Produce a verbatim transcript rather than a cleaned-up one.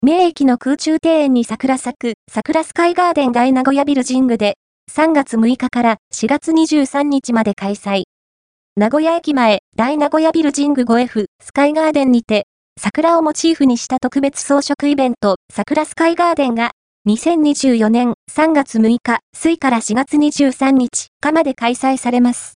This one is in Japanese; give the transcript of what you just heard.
名駅の空中庭園に桜咲く、桜スカイガーデン大名古屋ビル神宮で、さんがつむいかからしがつにじゅうさんにちまで開催。名古屋駅前、大名古屋ビル神宮 ごエフ スカイガーデンにて、桜をモチーフにした特別装飾イベント、桜スカイガーデンが、にせんにじゅうよねんさんがつむいか、水からしがつにじゅうさんにちかまで開催されます。